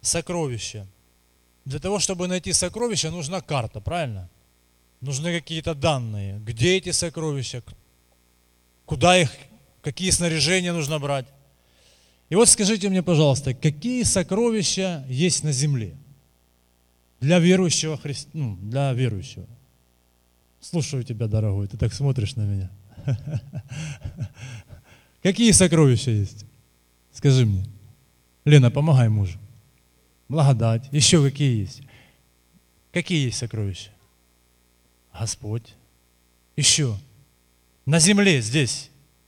сокровища. Для того, чтобы найти сокровища, нужна карта, правильно? Нужны какие-то данные. Где эти сокровища? Куда их, какие снаряжения нужно брать? И вот скажите мне, пожалуйста, какие сокровища есть на земле для верующего для верующего? Слушаю тебя, дорогой, ты так смотришь на меня. Какие сокровища есть? Скажи мне. Лена, помогай мужу. Благодать. Еще какие есть? Какие есть сокровища? Господь. Еще. На земле, здесь.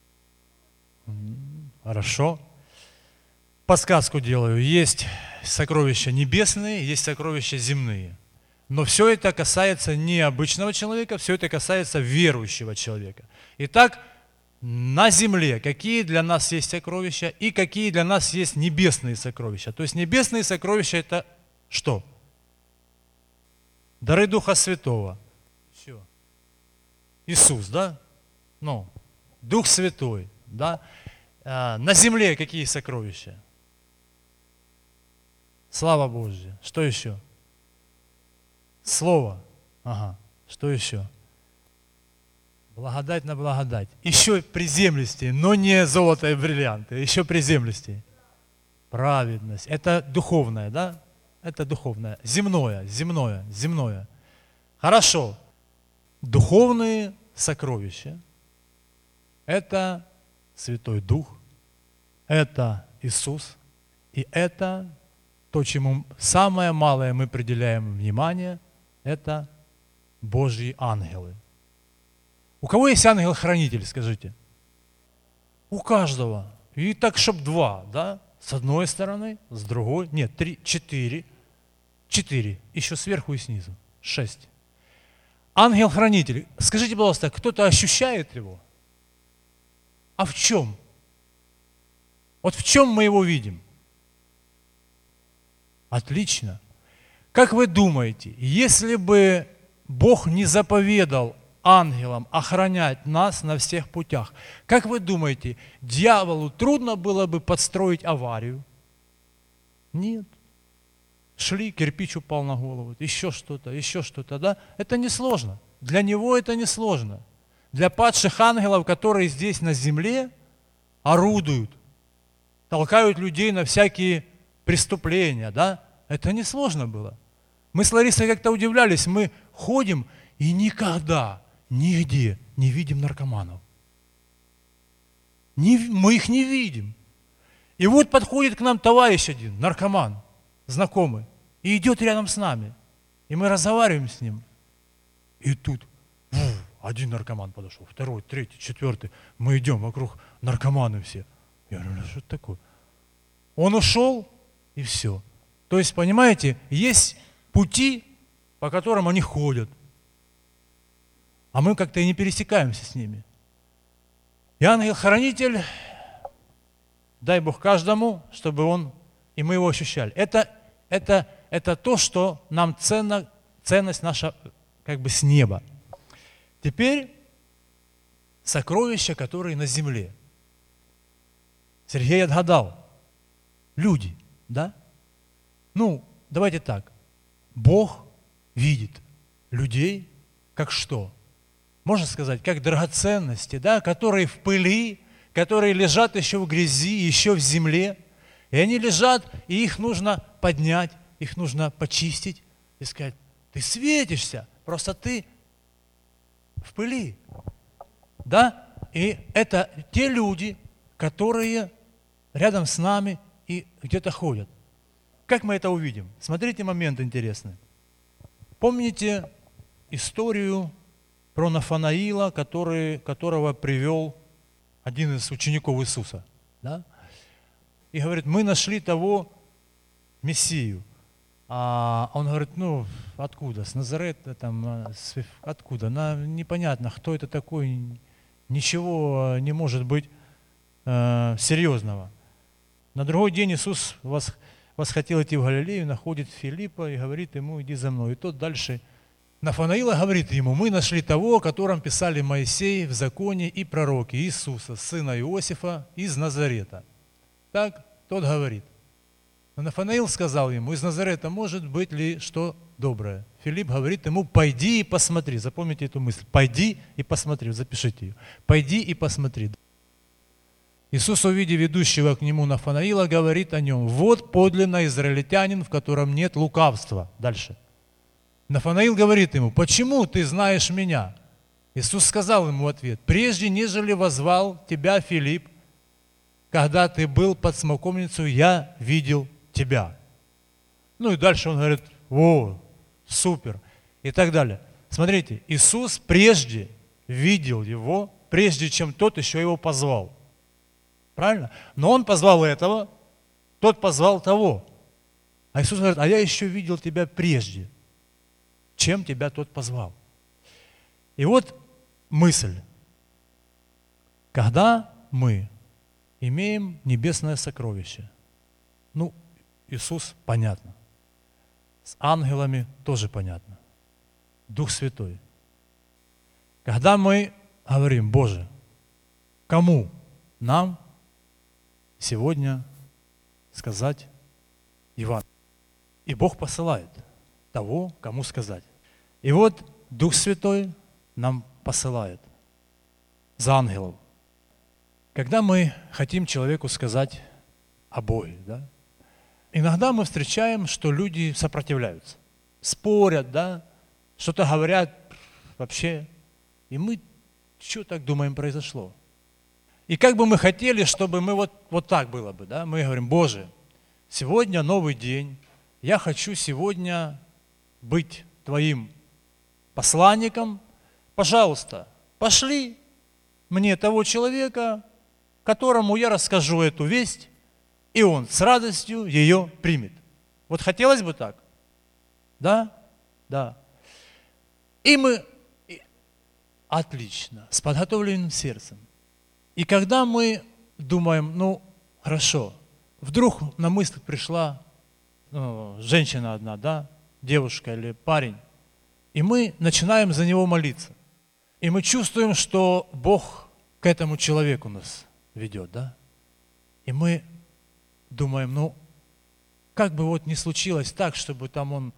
Хорошо. Подсказку делаю. Есть сокровища небесные, есть сокровища земные. Но все это касается не обычного человека, все это касается верующего человека. Итак, на земле какие для нас есть сокровища и какие для нас есть небесные сокровища. То есть небесные сокровища это что? Дары Духа Святого. Все. Иисус, да? Дух Святой, да? На земле какие сокровища? Слава Божья. Что еще? Слово. Ага. Что еще? Благодать на благодать. Еще приземлистее, но не золото и бриллианты, еще приземлистее. Праведность. Это духовное, да? Это духовное. Земное. Хорошо. Духовные сокровища. Это Святой Дух. Это Иисус. И это то, чему самое малое мы приділяем внимание, это Божьи ангелы. У кого есть ангел-хранитель, скажите? У каждого. И так, чтоб два, да? С одной стороны, с другой. Нет, 3, 4. 4. Еще сверху и снизу. 6. Ангел-хранитель. Скажите, пожалуйста, кто-то ощущает его? А в чем? Вот в чем мы его видим? Отлично. Как вы думаете, если бы Бог не заповедал ангелам охранять нас на всех путях, как вы думаете, дьяволу трудно было бы подстроить аварию? Нет. Шли, кирпич упал на голову, еще что-то, да? Это несложно. Для него это несложно. Для падших ангелов, которые здесь на земле орудуют, толкают людей на всякие преступления, да? Это несложно было. Мы с Ларисой как-то удивлялись, мы ходим и никогда, нигде не видим наркоманов. Мы их не видим. И вот подходит к нам товарищ один, наркоман, знакомый, и идет рядом с нами. И мы разговариваем с ним. И тут один наркоман подошел, второй, третий, четвертый. Мы идем, вокруг наркоманы все. Я говорю, что это такое? Он ушел, и все. То есть, понимаете, есть пути, по которым они ходят. А мы как-то и не пересекаемся с ними. И ангел-хранитель, дай Бог каждому, чтобы он, и мы его ощущали. Это то, что нам ценность наша как бы с неба. Теперь сокровища, которые на земле. Сергей отгадал. Люди, да? Давайте так. Бог видит людей как что? Можно сказать, как драгоценности, да, которые в пыли, которые лежат еще в грязи, еще в земле. И они лежат, и их нужно поднять, их нужно почистить и сказать, ты светишься, просто ты в пыли. Да? И это те люди, которые рядом с нами и где-то ходят. Как мы это увидим? Смотрите, момент интересный. Помните историю про Нафанаила, которого привел один из учеников Иисуса? Да? И говорит, мы нашли того Мессию. А он говорит, откуда? С Назарета, откуда? Непонятно, кто это такой, ничего не может быть серьезного. На другой день Иисус восхотел идти в Галилею, находит Филиппа и говорит ему, иди за мной. И тот дальше Нафанаила говорит ему, мы нашли того, о котором писали Моисей в законе и пророки, Иисуса, сына Иосифа из Назарета. Так тот говорит. Но Нафанаил сказал ему: из Назарета может быть ли что доброе? Филипп говорит ему: пойди и посмотри. Запомните эту мысль. Пойди и посмотри. Запишите ее. Пойди и посмотри. Иисус, увидев ведущего к нему Нафанаила, говорит о нем: вот подлинно израильтянин, в котором нет лукавства. Дальше. Нафанаил говорит ему: почему ты знаешь меня? Иисус сказал ему в ответ: прежде нежели возвал тебя Филипп, когда ты был под смоковницей, я видел тебя. Ну и дальше он говорит: о, супер, и так далее. Смотрите, Иисус прежде видел его, прежде чем тот еще его позвал. Правильно? Но он позвал этого, тот позвал того. А Иисус говорит: а я еще видел тебя прежде, чем тебя тот позвал. И вот мысль. Когда мы имеем небесное сокровище, ну, Иисус, понятно. С ангелами тоже понятно. Дух Святой. Когда мы говорим: Боже, кому нам сегодня сказать Евангелие? И Бог посылает того, кому сказать. И вот Дух Святой нам посылает за ангелов. Когда мы хотим человеку сказать о Боге, да, иногда мы встречаем, что люди сопротивляются, спорят, да, что-то говорят вообще. И мы что так думаем произошло? И как бы мы хотели, чтобы мы вот так было бы, да, мы говорим: Боже, сегодня новый день, я хочу сегодня быть Твоим посланником, пожалуйста, пошли мне того человека, которому я расскажу эту весть, и он с радостью ее примет. Вот хотелось бы так? Да? Да. И мы отлично, с подготовленным сердцем. И когда мы думаем: ну, хорошо, вдруг на мысль пришла женщина одна, да, девушка или парень, и мы начинаем за него молиться. И мы чувствуем, что Бог к этому человеку нас ведет, да? И мы думаем: ну, как бы вот не случилось так, чтобы там он,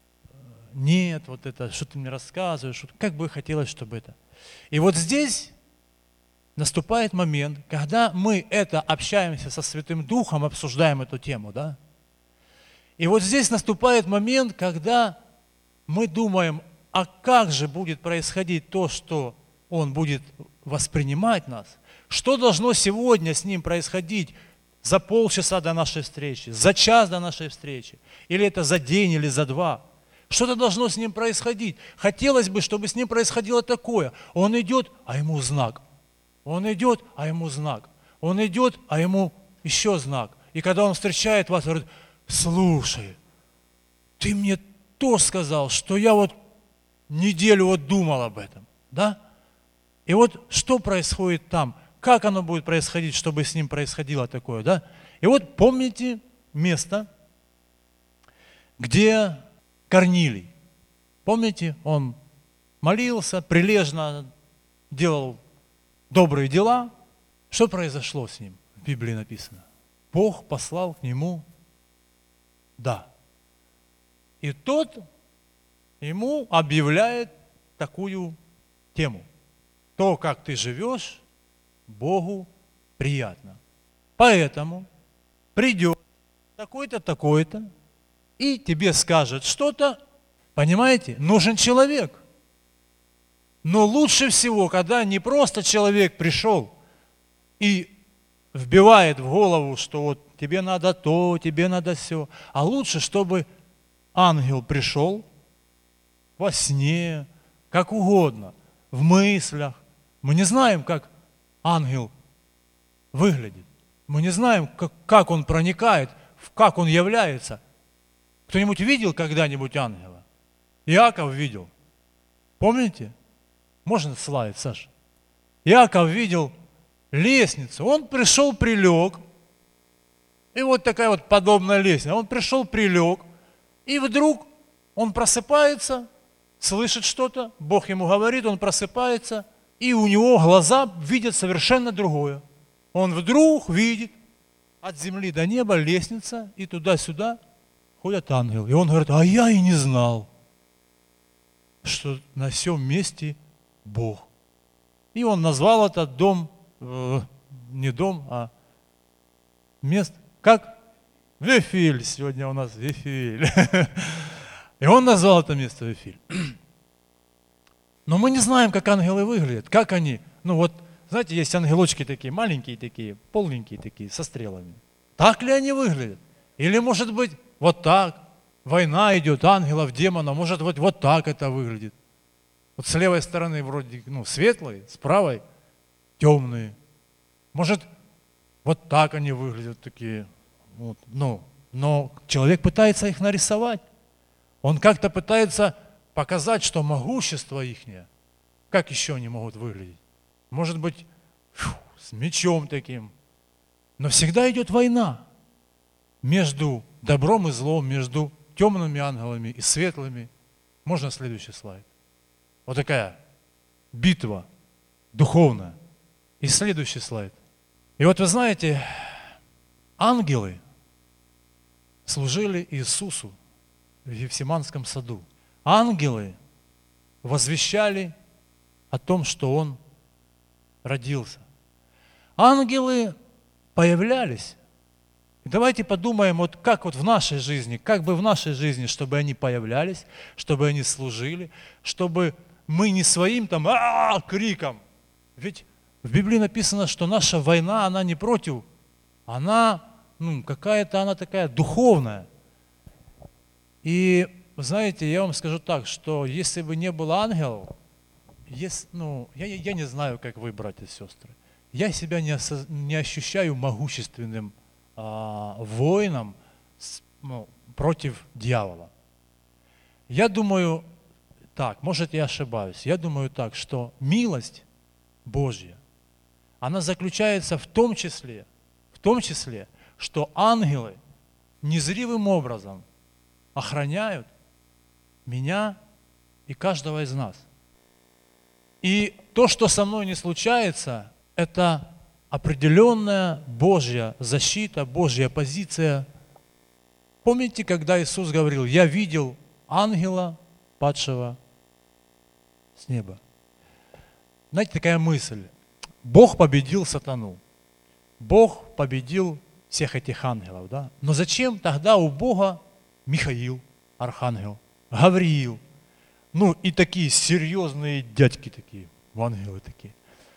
нет, вот это, что ты мне рассказываешь, как бы хотелось, чтобы это. И вот здесь наступает момент, когда мы это общаемся со Святым Духом, обсуждаем эту тему, да? И вот здесь наступает момент, когда мы думаем: а как же будет происходить то, что он будет воспринимать нас? Что должно сегодня с ним происходить за полчаса до нашей встречи, за час до нашей встречи? Или это за день, или за два? Что-то должно с ним происходить. Хотелось бы, чтобы с ним происходило такое. Он идет, а ему знак. Он идет, а ему знак. Он идет, а ему еще знак. И когда он встречает вас, говорит: слушай, ты мне то сказал, что я вот неделю вот думал об этом. Да? И вот что происходит там? Как оно будет происходить, чтобы с ним происходило такое? Да? И вот помните место, где Корнилий. Помните, он молился, прилежно делал добрые дела. Что произошло с ним? В Библии написано. Бог послал к нему да. И тот ему объявляет такую тему. То, как ты живешь, Богу приятно. Поэтому придет такой-то, такой-то, и тебе скажет что-то. Понимаете? Нужен человек. Но лучше всего, когда не просто человек пришел и вбивает в голову, что вот тебе надо то, тебе надо все, а лучше, чтобы ангел пришел во сне, как угодно, в мыслях. Мы не знаем, как ангел выглядит. Мы не знаем, как он проникает, как он является. Кто-нибудь видел когда-нибудь ангела? Иаков видел. Помните? Можно слайд, Саша? Иаков видел лестницу. Он пришел, прилег. И вот такая вот подобная лестница. Он пришел, прилег. И вдруг он просыпается, слышит что-то. Бог ему говорит, он просыпается. И у него глаза видят совершенно другое. Он вдруг видит от земли до неба лестница, и туда-сюда ходят ангелы. И он говорит, а я и не знал, что на всем месте Бог. И он назвал этот дом, не дом, а место, как? Вифиль. Сегодня у нас Вифиль. И он назвал это место Вифиль. Но мы не знаем, как ангелы выглядят, как они. Ну вот, знаете, есть ангелочки такие, маленькие такие, полненькие такие, со стрелами. Так ли они выглядят? Или, может быть, вот так? Война идет ангелов, демонов, может быть, вот так это выглядит. Вот с левой стороны вроде светлые, с правой темные. Может, вот так они выглядят такие. Вот, но человек пытается их нарисовать. Он как-то пытается показать, что могущество ихнее. Как еще они могут выглядеть? Может быть, с мечом таким. Но всегда идет война между добром и злом, между темными ангелами и светлыми. Можно следующий слайд? Вот такая битва духовная. И следующий слайд. И вот вы знаете, ангелы служили Иисусу в Гефсиманском саду. Ангелы возвещали о том, что Он родился. Ангелы появлялись. И давайте подумаем, вот как вот в нашей жизни, как бы в нашей жизни, чтобы они появлялись, чтобы они служили, чтобы мы не своим там криком. Ведь в Библии написано, что наша война, она не против, она какая-то она такая духовная. И знаете, я вам скажу так, что если бы не было ангелов, я не знаю, как вы, братья и сестры, я себя не ощущаю могущественным воином против дьявола. Я думаю так, может я ошибаюсь, я думаю так, что милость Божья, она заключается в том числе, что ангелы незримым образом охраняют меня и каждого из нас. И то, что со мной не случается, это определенная Божья защита, Божья позиция. Помните, когда Иисус говорил, я видел ангела, падшего с неба? Знаете, такая мысль. Бог победил сатану. Бог победил всех этих ангелов. Да? Но зачем тогда у Бога Михаил, архангел, Гавриил, и такие серьезные дядьки такие, ангелы такие.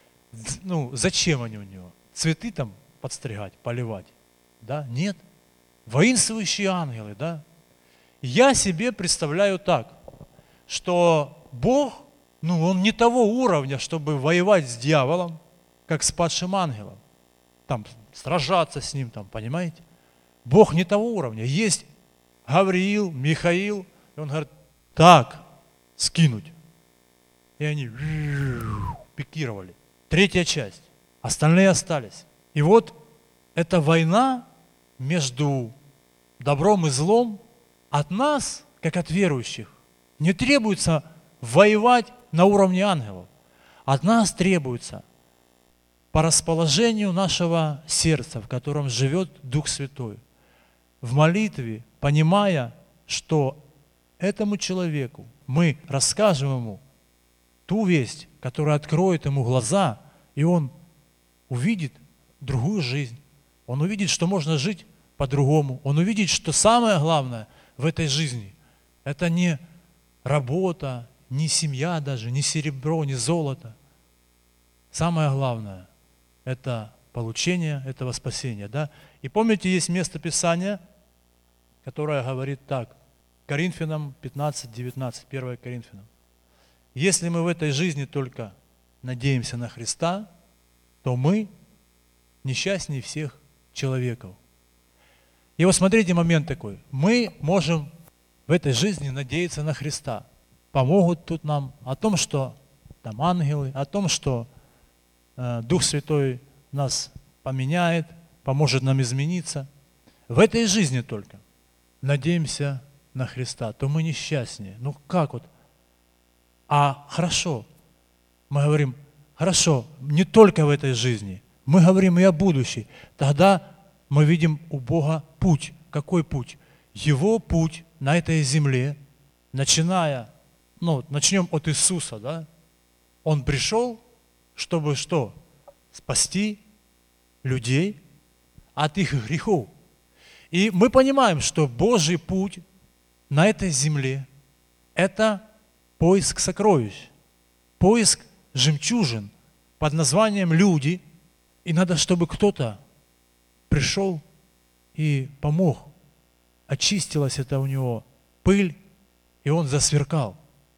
Зачем они у него? Цветы там подстригать, поливать? Да? Нет. Воинствующие ангелы, да? Я себе представляю так, что Бог, Он не того уровня, чтобы воевать с дьяволом, как с падшим ангелом. Там, сражаться с ним, понимаете? Бог не того уровня. Есть Гавриил, Михаил, и он говорит, так, скинуть. И они пикировали. Третья часть. Остальные остались. И вот эта война между добром и злом от нас, как от верующих, не требуется воевать на уровне ангелов. От нас требуется по расположению нашего сердца, в котором живет Дух Святой, в молитве, понимая, что этому человеку мы расскажем ему ту весть, которая откроет ему глаза, и он увидит другую жизнь. Он увидит, что можно жить по-другому. Он увидит, что самое главное в этой жизни – это не работа, не семья даже, не серебро, не золото. Самое главное – это получение этого спасения. Да? И помните, есть место Писания, которое говорит так, Коринфянам 15:19, 1 Коринфянам. Если мы в этой жизни только надеемся на Христа, то мы несчастнее всех человеков. И вот смотрите, момент такой. Мы можем в этой жизни надеяться на Христа. Помогут тут нам о том, что там ангелы, о том, что Дух Святой нас поменяет, поможет нам измениться. В этой жизни только надеемся на Христа, то мы несчастнее. Как вот? Хорошо, мы говорим, хорошо, не только в этой жизни, мы говорим и о будущей. Тогда мы видим у Бога путь. Какой путь? Его путь на этой земле, начнем от Иисуса, да? Он пришел, чтобы что? Спасти людей от их грехов. И мы понимаем, что Божий путь на этой земле – это поиск сокровищ, поиск жемчужин под названием люди. И надо, чтобы кто-то пришел и помог. Очистилась это у него пыль, и он засверкал.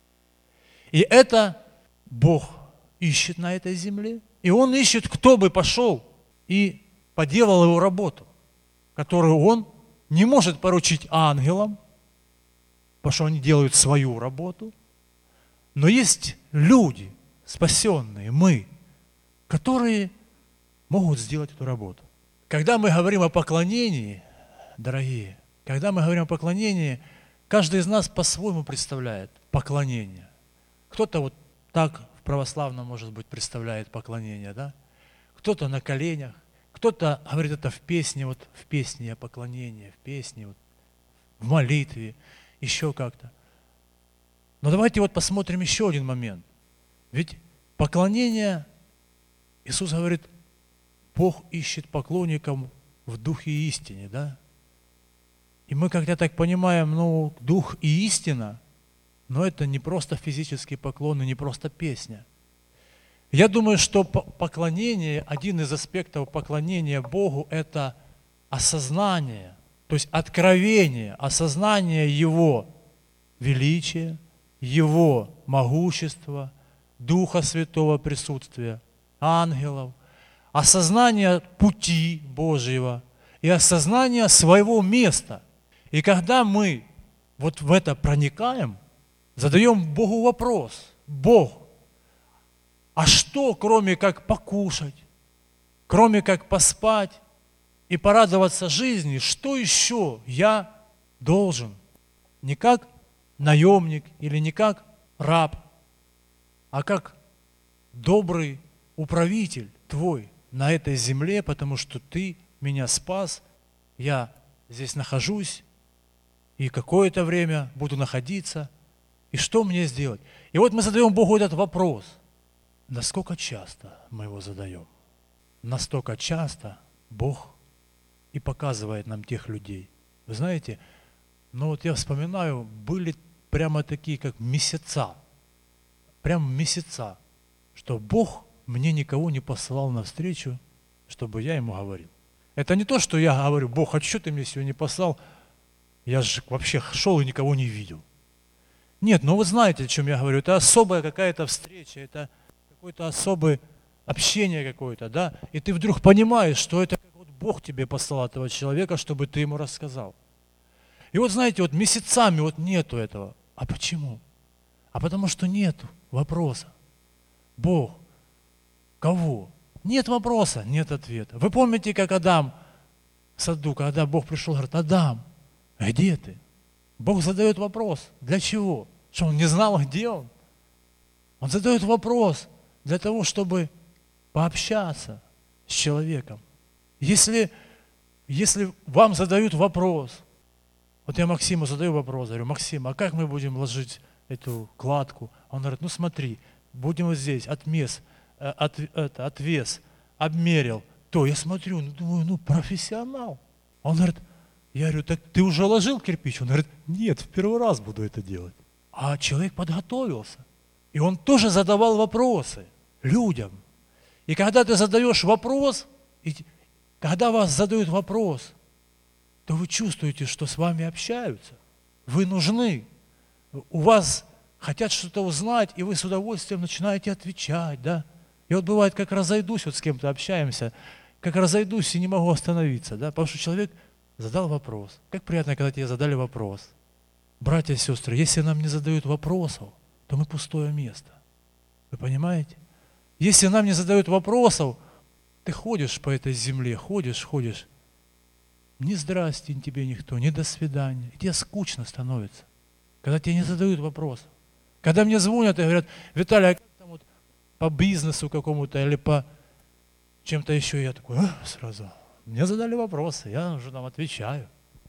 И это Бог ищет на этой земле. И Он ищет, кто бы пошел и поделал его работу, которую Он не может поручить ангелам, потому что они делают свою работу. Но есть люди, спасенные, мы, которые могут сделать эту работу. Когда мы говорим о поклонении, дорогие, когда мы говорим о поклонении, каждый из нас по-своему представляет поклонение. Кто-то вот так в православном, может быть, представляет поклонение, да? Кто-то на коленях, кто-то говорит это в песне, вот в песне о поклонении, в песне, вот, в молитве, еще как-то. Но давайте вот посмотрим еще один момент. Ведь поклонение, Иисус говорит, Бог ищет поклонников в духе и истине, да? И мы как-то так понимаем, дух и истина, но это не просто физический поклон и не просто песня. Я думаю, что поклонение, один из аспектов поклонения Богу – это осознание, то есть откровение, осознание Его величия, Его могущества, Духа Святого присутствия, ангелов, осознание пути Божьего и осознание своего места. И когда мы вот в это проникаем, задаем Богу вопрос: Бог, а что, кроме как покушать, кроме как поспать и порадоваться жизни, что еще я должен? Не как наемник или не как раб, а как добрый управитель Твой на этой земле, потому что Ты меня спас, я здесь нахожусь и какое-то время буду находиться. И что мне сделать? И вот мы задаем Богу этот вопрос. Насколько часто мы его задаем? Настолько часто Бог и показывает нам тех людей. Вы знаете, я вспоминаю, были прямо такие, как месяца, что Бог мне никого не посылал навстречу, чтобы я ему говорил. Это не то, что я говорю: Бог, а что ты мне сегодня не послал? Я же вообще шел и никого не видел. Нет, вы знаете, о чем я говорю. Это особая какая-то встреча, это какое-то особое общение какое-то, да? И ты вдруг понимаешь, что это как вот Бог тебе послал этого человека, чтобы ты ему рассказал. И вот знаете, вот месяцами вот нету этого. А почему? А потому что нету вопроса. Бог, кого? Нет вопроса, нет ответа. Вы помните, как Адам в саду, когда Бог пришел, говорит: Адам, где ты? Бог задает вопрос. Для чего? Что он не знал, где он? Он задает вопрос для того, чтобы пообщаться с человеком. Если вам задают вопрос, вот я Максиму задаю вопрос, говорю: Максим, а как мы будем ложить эту кладку? Он говорит: смотри, будем вот здесь, отвес, обмерил. То я смотрю, думаю, профессионал. Он говорит, я говорю: так ты уже ложил кирпич? Он говорит: нет, в первый раз буду это делать. А человек подготовился. И он тоже задавал вопросы людям. И когда ты задаешь вопрос, и когда вас задают вопрос, то вы чувствуете, что с вами общаются. Вы нужны. У вас хотят что-то узнать, и вы с удовольствием начинаете отвечать, да? И вот бывает, как разойдусь, вот с кем-то общаемся, как разойдусь и не могу остановиться, да? Потому что человек задал вопрос. Как приятно, когда тебе задали вопрос. Братья и сестры, если нам не задают вопросов, то мы пустое место. Вы понимаете? Если нам не задают вопросов, ты ходишь по этой земле, ходишь. Ни здрасте тебе никто, ни до свидания. И тебе скучно становится, когда тебе не задают вопросов. Когда мне звонят и говорят: Виталий, а как там вот по бизнесу какому-то или по чем-то еще, я такой сразу: Мне задали вопросы, я уже там отвечаю.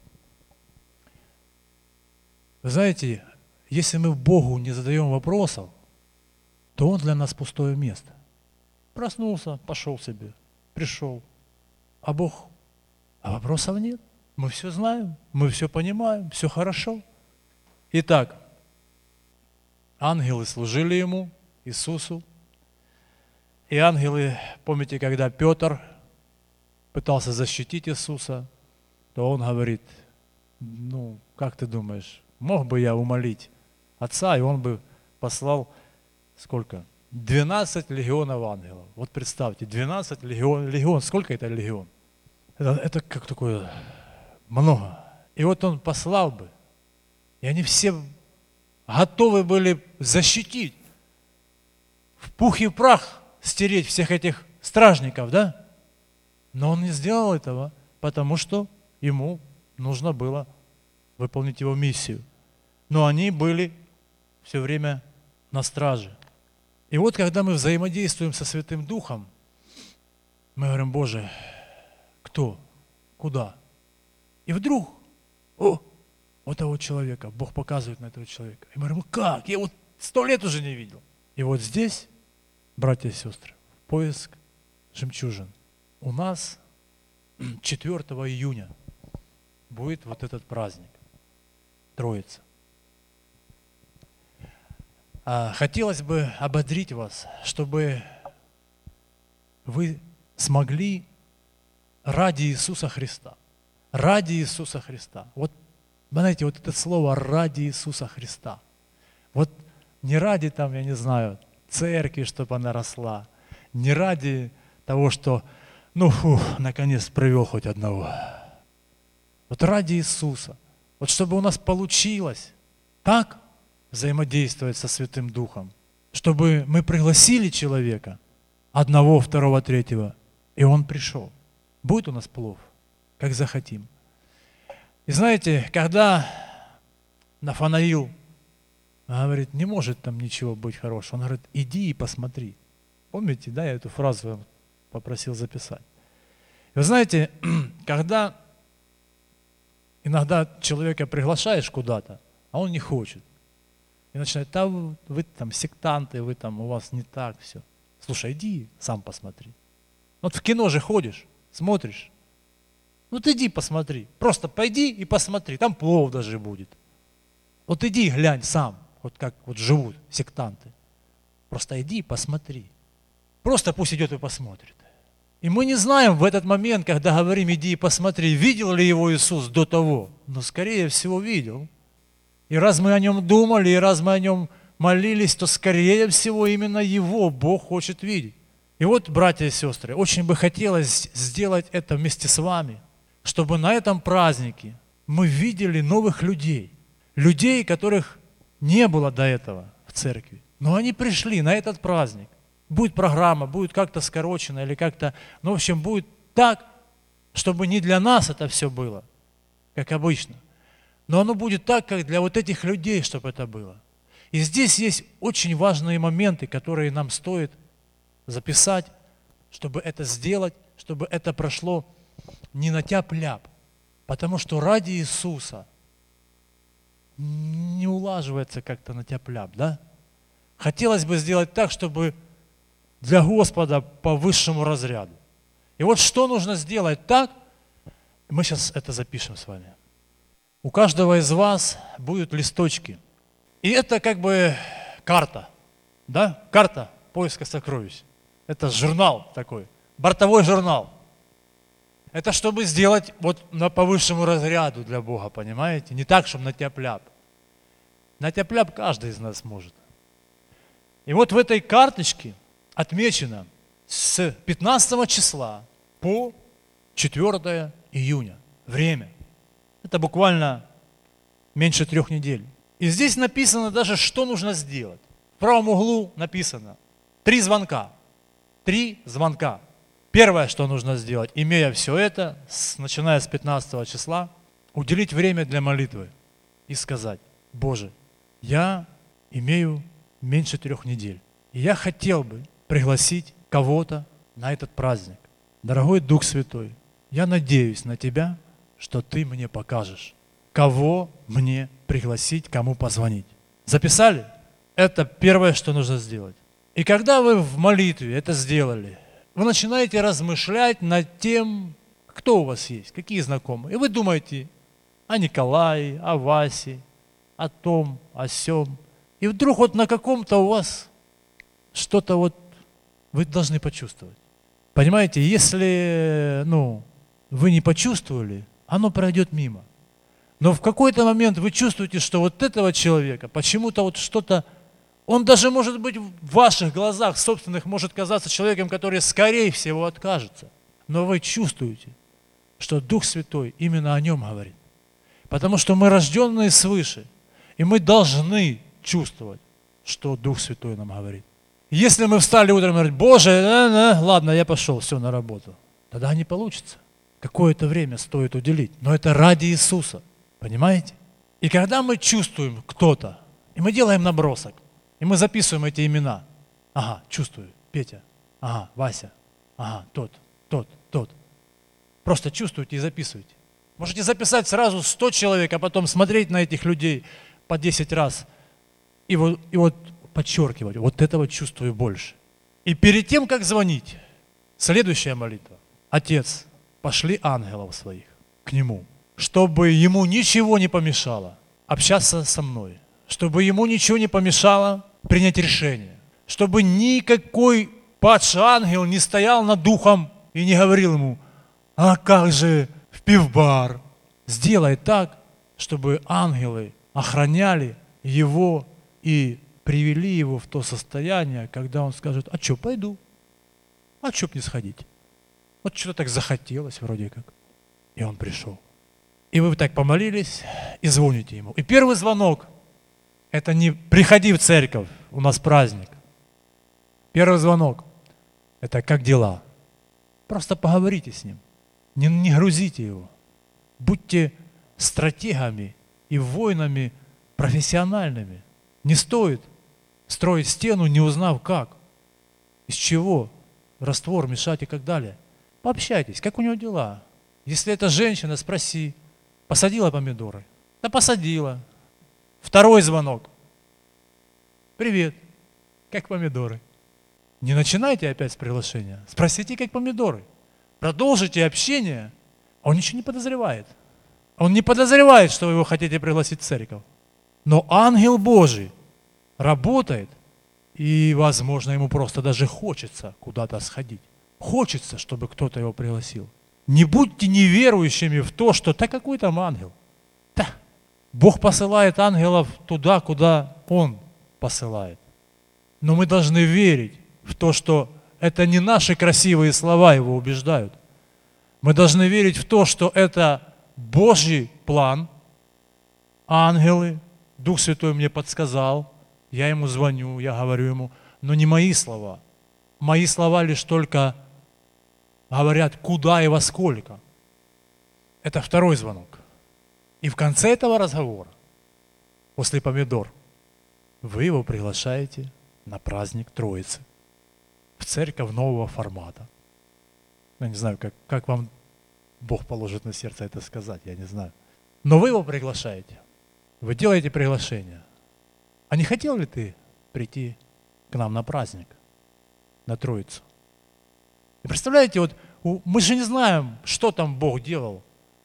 Вы знаете, если мы Богу не задаем вопросов, то Он для нас пустое место. Проснулся, пошел себе, пришел. А Бог, а вопросов нет. Мы все знаем, мы все понимаем, все хорошо. Итак, ангелы служили Ему, Иисусу. И ангелы, помните, когда Петр пытался защитить Иисуса, то он говорит, ну, как ты думаешь, мог бы я умолить Отца, и Он бы послал сколько? 12 легионов ангелов. Вот представьте, 12 легион, сколько это легион? Это как такое много. И вот Он послал бы, и они все готовы были защитить, в пух и в прах стереть всех этих стражников, да? Но Он не сделал этого, потому что Ему нужно было выполнить Его миссию. Но они были все время на страже. И вот когда мы взаимодействуем со Святым Духом, мы говорим, Боже, кто? Куда? И вдруг, вот того человека, Бог показывает на этого человека. И мы говорим, как? Я вот 100 лет уже не видел. И вот здесь, братья и сестры, поиск жемчужин. У нас 4 июня будет вот этот праздник, Троица. Хотелось бы ободрить вас, чтобы вы смогли ради Иисуса Христа, вот, знаете, вот это слово «ради Иисуса Христа», вот не ради там, я не знаю, церкви, чтобы она росла, не ради того, что, наконец привел хоть одного, вот ради Иисуса, вот чтобы у нас получилось так взаимодействовать со Святым Духом, чтобы мы пригласили человека, одного, второго, третьего, и он пришел. Будет у нас плов, как захотим. И знаете, когда Нафанаил говорит, не может там ничего быть хорошего, он говорит, иди и посмотри. Помните, да, я эту фразу попросил записать. И вы знаете, когда иногда человека приглашаешь куда-то, а он не хочет, и начинает, да вы там сектанты, вы там, у вас не так все. Слушай, иди сам посмотри. Вот в кино же ходишь, смотришь. Вот иди посмотри. Просто пойди и посмотри. Там плов даже будет. Вот иди глянь сам, вот как вот живут сектанты. Просто иди и посмотри. Просто пусть идет и посмотрит. И мы не знаем в этот момент, когда говорим, иди и посмотри, видел ли его Иисус до того. Но скорее всего видел. И раз мы о нем думали, и раз мы о нем молились, то скорее всего именно его Бог хочет видеть. И вот, братья и сестры, очень бы хотелось сделать это вместе с вами, чтобы на этом празднике мы видели новых людей, людей, которых не было до этого в церкви. Но они пришли на этот праздник. Будет программа, будет как-то скорочено или как-то, в общем, будет так, чтобы не для нас это все было, как обычно. Но оно будет так, как для вот этих людей, чтобы это было. И здесь есть очень важные моменты, которые нам стоит записать, чтобы это сделать, чтобы это прошло не на тяп-ляп. Потому что ради Иисуса не улаживается как-то на тяп-ляп, да? Хотелось бы сделать так, чтобы для Господа по высшему разряду. И вот что нужно сделать так, мы сейчас это запишем с вами. У каждого из вас будут листочки. И это как бы карта, да? Карта поиска сокровищ. Это журнал такой, бортовой журнал. Это чтобы сделать вот по высшему разряду для Бога, понимаете? Не так, чтобы на тяп-ляп. На тяп-ляп каждый из нас может. И вот в этой карточке отмечено с 15 числа по 4 июня время. Это буквально меньше 3 недель. И здесь написано даже, что нужно сделать. В правом углу написано 3 звонка. 3 звонка. Первое, что нужно сделать, имея все это, начиная с 15 числа, уделить время для молитвы и сказать, Боже, я имею меньше 3 недель. И я хотел бы пригласить кого-то на этот праздник. Дорогой Дух Святой, я надеюсь на тебя, что ты мне покажешь, кого мне пригласить, кому позвонить. Записали? Это первое, что нужно сделать. И когда вы в молитве это сделали, вы начинаете размышлять над тем, кто у вас есть, какие знакомые. И вы думаете о Николае, о Васе, о том, о сём. И вдруг вот на каком-то у вас что-то вот вы должны почувствовать. Понимаете, если вы не почувствовали, оно пройдет мимо. Но в какой-то момент вы чувствуете, что вот этого человека почему-то вот что-то, он даже может быть в ваших глазах собственных может казаться человеком, который скорее всего откажется. Но вы чувствуете, что Дух Святой именно о нем говорит. Потому что мы рожденные свыше, и мы должны чувствовать, что Дух Святой нам говорит. Если мы встали утром и говорим: Боже, ладно, я пошел, все, на работу, тогда не получится. Какое-то время стоит уделить, но это ради Иисуса, понимаете? И когда мы чувствуем кто-то, и мы делаем набросок, и мы записываем эти имена. Ага, чувствую, Петя, ага, Вася, ага, тот. Просто чувствуйте и записывайте. Можете записать сразу 100 человек, а потом смотреть на этих людей по 10 раз. И вот подчеркивать, вот этого чувствую больше. И перед тем, как звонить, следующая молитва. Отец, пошли ангелов своих к нему, чтобы ему ничего не помешало общаться со мной, чтобы ему ничего не помешало принять решение, чтобы никакой падший ангел не стоял над духом и не говорил ему: а как же в пивбар? Сделай так, чтобы ангелы охраняли его и привели его в то состояние, когда он скажет: а что, пойду? А что б не сходить? Вот что-то так захотелось вроде как. И он пришел. И вы так помолились и звоните ему. И первый звонок – это не приходи в церковь, у нас праздник. Первый звонок – это как дела? Просто поговорите с ним. Не грузите его. Будьте стратегами и воинами профессиональными. Не стоит строить стену, не узнав как, из чего, раствор мешать и так далее. Пообщайтесь, как у него дела. Если это женщина, спроси, посадила помидоры? Да посадила. Второй звонок. Привет, как помидоры? Не начинайте опять с приглашения. Спросите, как помидоры. Продолжите общение. Он ничего не подозревает. Он не подозревает, что вы его хотите пригласить в церковь. Но ангел Божий работает, и, возможно, ему просто даже хочется куда-то сходить. Хочется, чтобы кто-то его пригласил. Не будьте неверующими в то, что да какой там ангел. Да, Бог посылает ангелов туда, куда Он посылает. Но мы должны верить в то, что это не наши красивые слова его убеждают. Мы должны верить в то, что это Божий план, ангелы, Дух Святой мне подсказал, я ему звоню, я говорю ему, но не мои слова. Мои слова лишь только говорят, куда и во сколько. Это второй звонок. И в конце этого разговора, после помидор, вы его приглашаете на праздник Троицы, в церковь нового формата. Я не знаю, как вам Бог положит на сердце это сказать, я не знаю. Но вы его приглашаете. Вы делаете приглашение. А не хотел ли ты прийти к нам на праздник, на Троицу? И представляете, вот мы же не знаем, что там Бог делал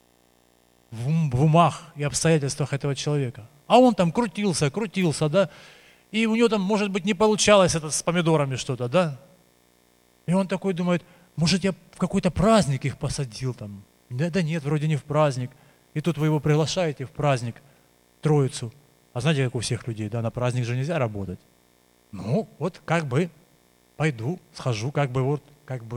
в умах и обстоятельствах этого человека. А он там крутился, да, и у него там, может быть, не получалось это с помидорами что-то, да. И он такой думает, может, я в какой-то праздник их посадил там. Да нет, вроде не в праздник. И тут вы его приглашаете в праздник, Троицу. А знаете, как у всех людей, да, на праздник же нельзя работать. Ну, вот как бы пойду, схожу, как бы вот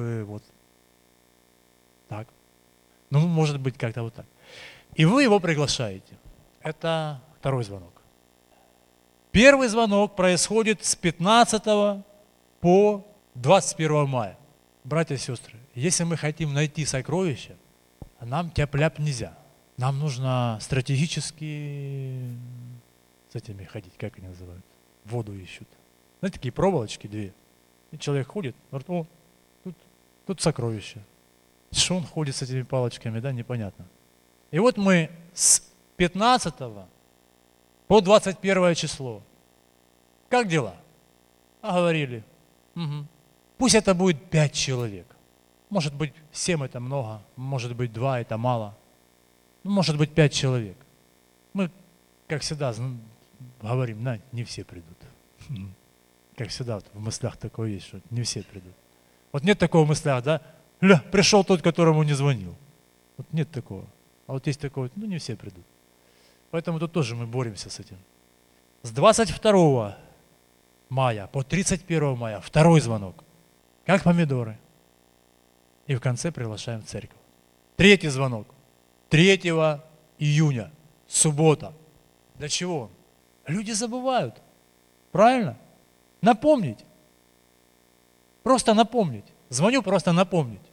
так. Ну, может быть, как-то вот так. И вы его приглашаете. Это второй звонок. Первый звонок происходит с 15 по 21 мая. Братья и сестры, если мы хотим найти сокровища, нам тяп-ляп нельзя. Нам нужно стратегически с этими ходить, как они называют, воду ищут. Знаете, такие проволочки две. И человек ходит, говорит, о, тут сокровище. Что он ходит с этими палочками, да, непонятно. И вот мы с 15 по 21 число. Как дела? А говорили, угу. Пусть это будет 5 человек. Может быть, 7 это много, может быть, 2 это мало. Может быть, 5 человек. Мы, как всегда, говорим, не все придут. Как всегда, вот в мыслях такое есть, что не все придут. Вот нет такого в мыслях, да? Пришел тот, которому не звонил. Вот нет такого. А вот есть такое, не все придут. Поэтому тут тоже мы боремся с этим. С 22 мая по 31 мая второй звонок. Как помидоры. И в конце приглашаем в церковь. Третий звонок. 3 июня. Суббота. Для чего? Люди забывают. Правильно? Напомнить. Просто напомнить. Звоню просто напомнить.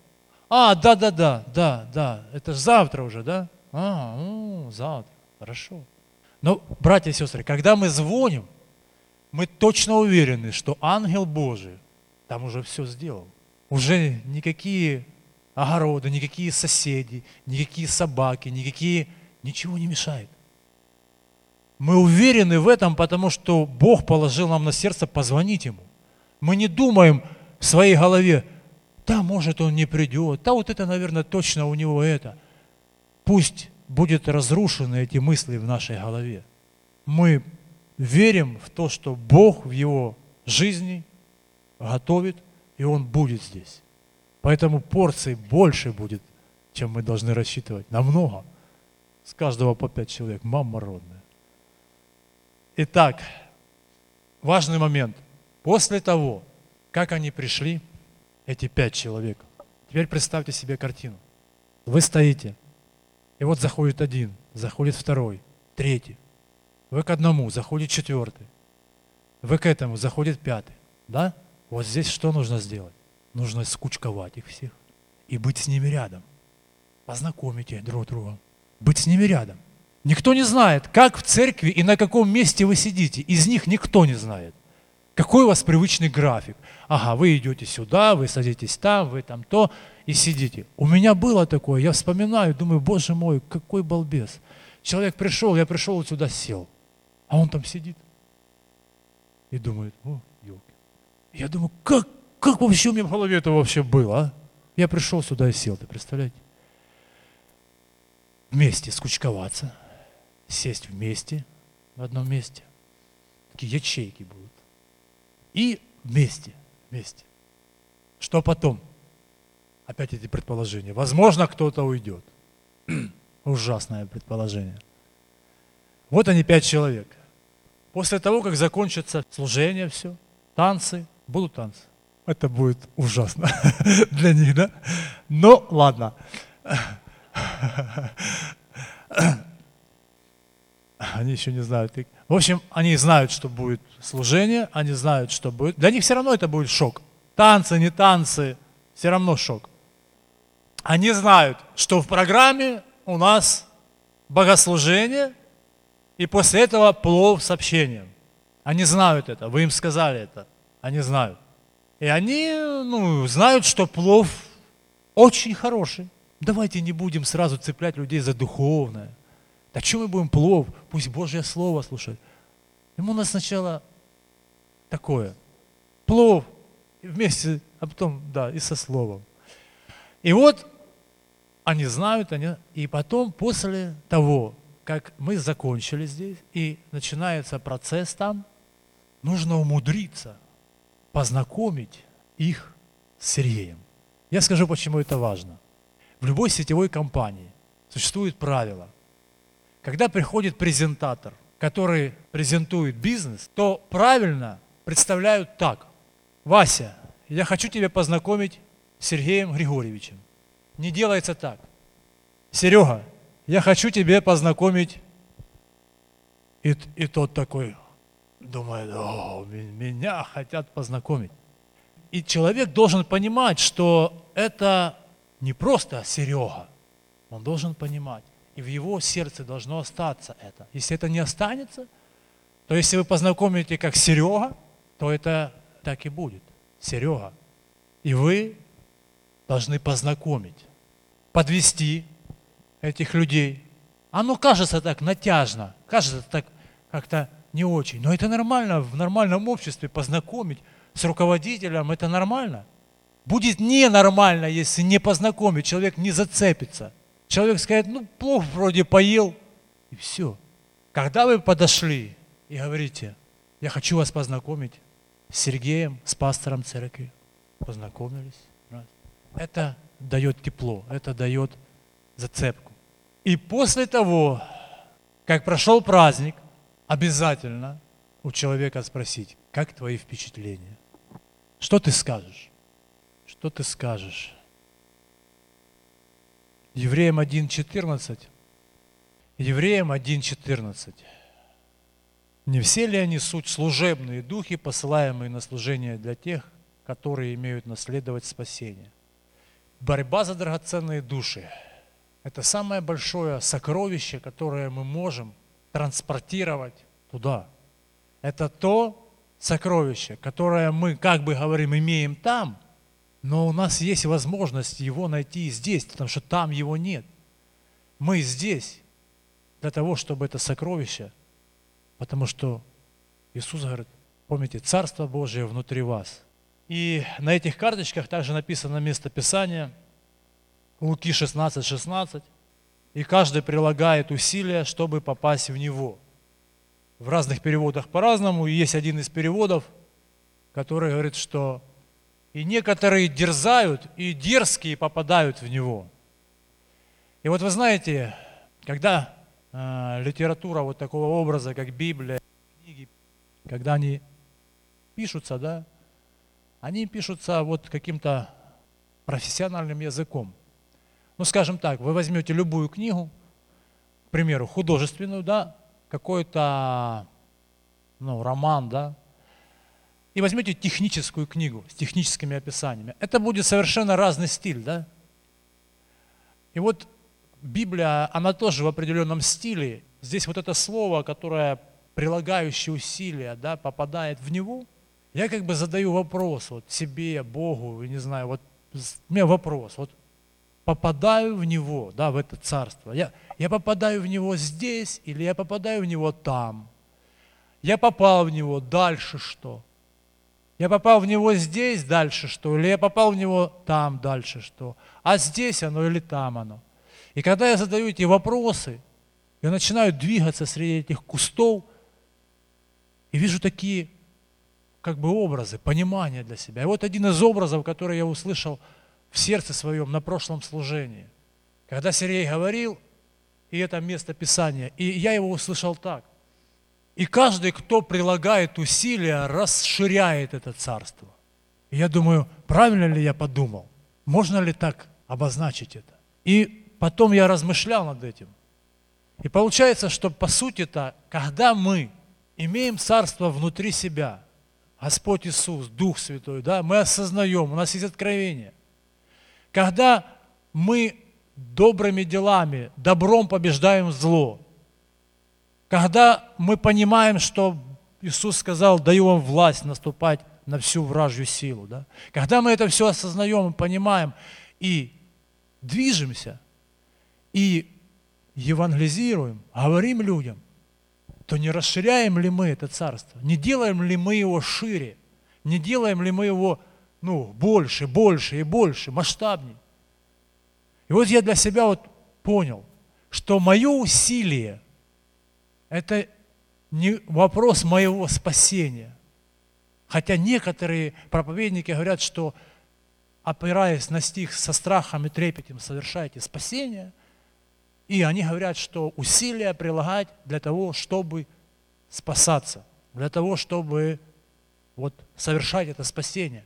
Да. Это же завтра уже, да? Завтра. Хорошо. Но, братья и сестры, когда мы звоним, мы точно уверены, что ангел Божий там уже все сделал. Уже никакие огороды, никакие соседи, никакие собаки, ничего не мешает. Мы уверены в этом, потому что Бог положил нам на сердце позвонить Ему. Мы не думаем в своей голове, да, может, он не придет, да, вот это, наверное, точно у него это. Пусть будут разрушены эти мысли в нашей голове. Мы верим в то, что Бог в его жизни готовит, и Он будет здесь. Поэтому порций больше будет, чем мы должны рассчитывать. Намного. С каждого по 5 человек. Мама родная. Итак, важный момент. После того, как они пришли, эти 5 человек, теперь представьте себе картину. Вы стоите, и вот заходит один, заходит второй, третий. Вы к одному, заходит 4. Вы к этому, заходит 5. Да? Вот здесь что нужно сделать? Нужно скучковать их всех и быть с ними рядом. Познакомить их друг с другом. Быть с ними рядом. Никто не знает, как в церкви и на каком месте вы сидите. Из них никто не знает. Какой у вас привычный график? Ага, вы идете сюда, вы садитесь там, вы там то и сидите. У меня было такое, я вспоминаю, думаю, Боже мой, какой балбес. Человек пришел, я пришел вот сюда, сел, а он там сидит и думает, елки. Я думаю, как вообще у меня в голове это вообще было, а? Я пришел сюда и сел, ты представляете? Вместе скучковаться, сесть вместе, в одном месте. Такие ячейки будут. И вместе. Что потом? Опять эти предположения. Возможно, кто-то уйдет. Ужасное предположение. Вот они 5 человек. После того, как закончится служение, все, танцы, будут танцы. Это будет ужасно для них, да? Но ладно. Они еще не знают. В общем, они знают, что будет служение, они знают, что будет. Для них все равно это будет шок. Танцы, не танцы, все равно шок. Они знают, что в программе у нас богослужение, и после этого плов с общением. Они знают это, вы им сказали это, они знают. И они знают, что плов очень хороший. Давайте не будем сразу цеплять людей за духовное. Да что мы будем плов? Пусть Божье Слово слушать. Ему нас сначала такое. Плов вместе, а потом, и со Словом. И вот они знают, и потом, после того, как мы закончили здесь, и начинается процесс там, нужно умудриться познакомить их с Сергеем. Я скажу, почему это важно. В любой сетевой компании существует правило. Когда приходит презентатор, который презентует бизнес, то правильно представляют так. Вася, я хочу тебя познакомить с Сергеем Григорьевичем. Не делается так. Серега, я хочу тебя познакомить. И тот такой думает, меня хотят познакомить. И человек должен понимать, что это не просто Серега. Он должен понимать. И в его сердце должно остаться это. Если это не останется, то если вы познакомите как Серега, то это так и будет. Серега. И вы должны познакомить подвести этих людей. Оно кажется так натяжно, кажется так как-то не очень. Но это нормально, в нормальном обществе познакомить с руководителем, это нормально. Будет ненормально, если не познакомить, человек не зацепится. Человек скажет, ну, плохо вроде поел, и все. Когда вы подошли и говорите, я хочу вас познакомить с Сергеем, с пастором церкви, познакомились, это дает тепло, это дает зацепку. И после того, как прошел праздник, обязательно у человека спросить, как твои впечатления? Что ты скажешь? Что ты скажешь? Евреям 1:14. Евреям 1:14. Не все ли они суть служебные духи, посылаемые на служение для тех, которые имеют наследовать спасение? Борьба за драгоценные души – это самое большое сокровище, которое мы можем транспортировать туда. Это то сокровище, которое мы, как бы говорим, имеем там, но у нас есть возможность его найти и здесь, потому что там его нет. Мы здесь для того, чтобы это сокровище, потому что Иисус говорит, помните, Царство Божие внутри вас. И на этих карточках также написано место Писания, Луки 16:16, и каждый прилагает усилия, чтобы попасть в него. В разных переводах по-разному, и есть один из переводов, который говорит, что и некоторые дерзают, и дерзкие попадают в него. И вот вы знаете, когда литература вот такого образа, как Библия, книги, когда они пишутся, да, они пишутся вот каким-то профессиональным языком. Ну, скажем так, вы возьмете любую книгу, к примеру, художественную, да, какой-то, роман, да, и возьмете техническую книгу с техническими описаниями. Это будет совершенно разный стиль, да. И вот Библия, она тоже в определенном стиле. Здесь вот это слово, которое прилагающее усилия, да, попадает в него. Я как бы задаю вопрос вот себе, Богу, я не знаю, вот у меня вопрос, вот попадаю в него, да, в это царство. Я попадаю в него здесь или я попадаю в него там? Я попал в него, дальше что? Я попал в него здесь, дальше что? Или я попал в него там, дальше что? А здесь оно или там оно? И когда я задаю эти вопросы, я начинаю двигаться среди этих кустов и вижу такие как бы образы, понимания для себя. И вот один из образов, который я услышал в сердце своем на прошлом служении. Когда Сергей говорил, и это место Писания, и я его услышал так. И каждый, кто прилагает усилия, расширяет это царство. И я думаю, правильно ли я подумал? Можно ли так обозначить это? И потом я размышлял над этим. И получается, что по сути-то, когда мы имеем царство внутри себя, Господь Иисус, Дух Святой, да, мы осознаем, у нас есть откровение. Когда мы добрыми делами, добром побеждаем зло, когда мы понимаем, что Иисус сказал, даю вам власть наступать на всю вражью силу, да, когда мы это все осознаем и понимаем, и движемся, и евангелизируем, говорим людям, то не расширяем ли мы это царство? Не делаем ли мы его шире? Не делаем ли мы его больше, больше и больше, масштабней? И вот я для себя вот понял, что мое усилие – это не вопрос моего спасения. Хотя некоторые проповедники говорят, что, опираясь на стих «со страхом и трепетом совершайте спасение», и они говорят, что усилия прилагать для того, чтобы спасаться, для того, чтобы совершать это спасение.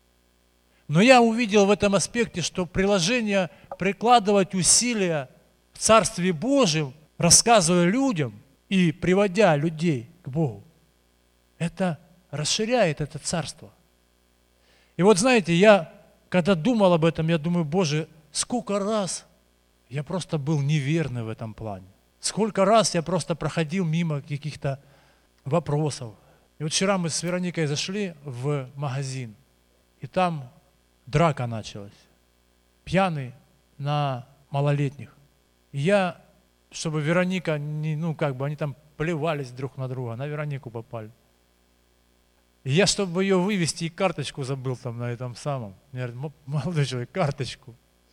Но я увидел в этом аспекте, что приложение прикладывать усилия в Царстве Божьем, рассказывая людям и приводя людей к Богу, это расширяет это царство. И вот знаете, я когда думал об этом, я думаю, Боже, сколько раз я просто был неверный в этом плане. Сколько раз я просто проходил мимо каких-то вопросов. И вот вчера мы с Вероникой зашли в магазин, и там драка началась. Пьяный на малолетних. И я, чтобы Вероника, они там плевались друг на друга, на Веронику попали. И я, чтобы ее вывести, и карточку забыл там на этом самом. Мне говорят, молодой человек, карточку.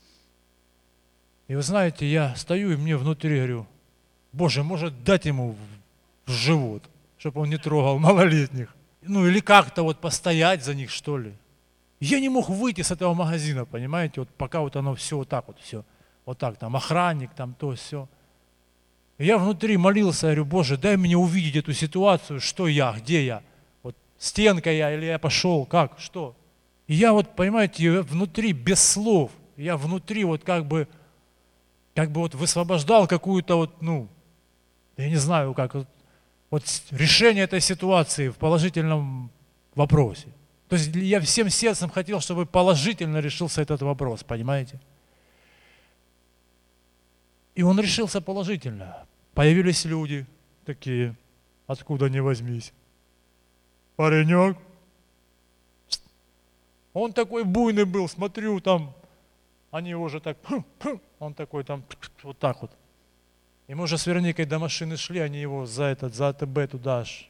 И вы знаете, я стою, и мне внутри говорю, Боже, может дать ему в живот, чтобы он не трогал малолетних. Или как-то вот постоять за них, что ли. Я не мог выйти с этого магазина, понимаете, вот пока вот оно все вот так, там охранник, там то, все. И я внутри молился, говорю, Боже, дай мне увидеть эту ситуацию, что я, где я, вот стенка я или я пошел, как, что. И я вот, понимаете, внутри без слов, я внутри вот как бы вот высвобождал какую-то вот, я не знаю, как, вот решение этой ситуации в положительном вопросе. То есть я всем сердцем хотел, чтобы положительно решился этот вопрос, понимаете? И он решился положительно. Появились люди такие, откуда ни возьмись. Паренек. Он такой буйный был, смотрю, там, они его уже так, он такой там, вот так вот. И мы уже с Вероникой до машины шли, они его за АТБ туда аж.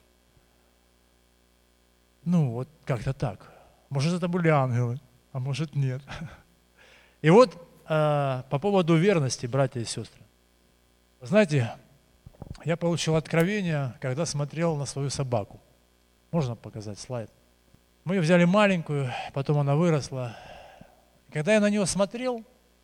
Вот как-то так. Может, это были ангелы, а может, нет. И вот по поводу верности, братья и сестры. Знаете, я получил откровение, когда смотрел на свою собаку. Можно показать слайд? Мы ее взяли маленькую, потом она выросла. Когда я на нее смотрел,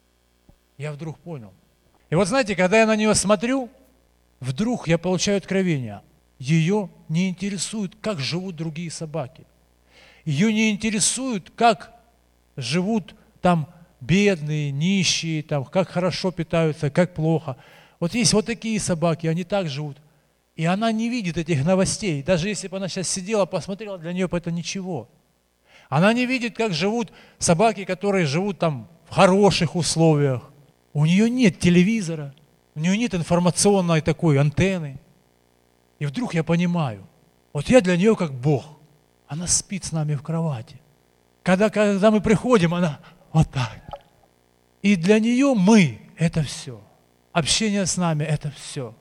я вдруг понял. И вот знаете, когда я на нее смотрю, вдруг я получаю откровение. Ее не интересует, как живут другие собаки. Ее не интересует, как живут там бедные, нищие, там, как хорошо питаются, как плохо. Вот есть вот такие собаки, они так живут. И она не видит этих новостей. Даже если бы она сейчас сидела, посмотрела, для нее бы это ничего. Она не видит, как живут собаки, которые живут там в хороших условиях. У нее нет телевизора, у нее нет информационной такой антенны. И вдруг я понимаю, вот я для нее как Бог. Она спит с нами в кровати. Когда мы приходим, она вот так. И для нее мы – это все. Общение с нами – это все.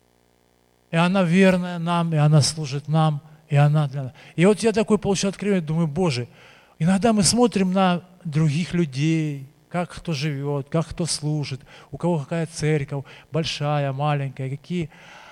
И она верная нам, и она служит нам, и она для нас. И вот я такой получил откровение, думаю, Боже, иногда мы смотрим на других людей, как кто живет, как кто служит, у кого какая церковь, большая, маленькая, какие,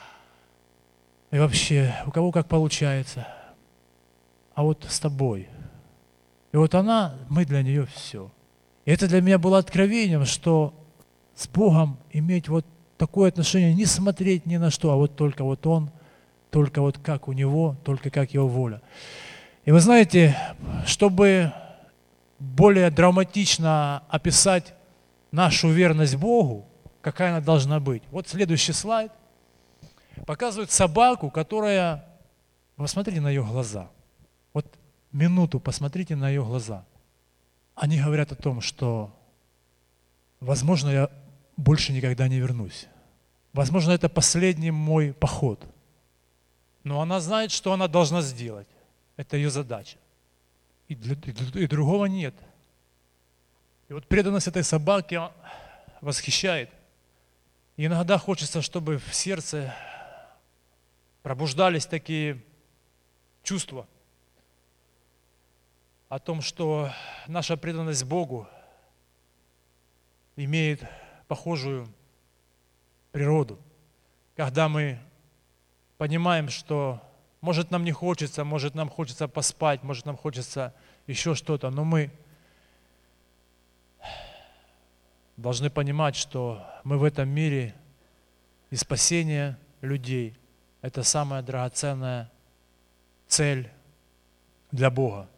и вообще, у кого как получается. А вот с тобой. И вот мы для нее все. И это для меня было откровением, что с Богом иметь вот такое отношение, не смотреть ни на что, а вот только вот Он, только вот как у Него, только как Его воля. И вы знаете, чтобы более драматично описать нашу верность Богу, какая она должна быть. Вот следующий слайд показывает собаку, которая, посмотрите на ее глаза. Вот минуту посмотрите на ее глаза. Они говорят о том, что, возможно, я больше никогда не вернусь. Возможно, это последний мой поход. Но она знает, что она должна сделать. Это ее задача. И другого нет. И вот преданность этой собаки восхищает. И иногда хочется, чтобы в сердце пробуждались такие чувства о том, что наша преданность Богу имеет похожую природу. Когда мы понимаем, что может нам не хочется, может нам хочется поспать, может нам хочется еще что-то, но мы должны понимать, что мы в этом мире и спасение людей – это самая драгоценная цель для Бога.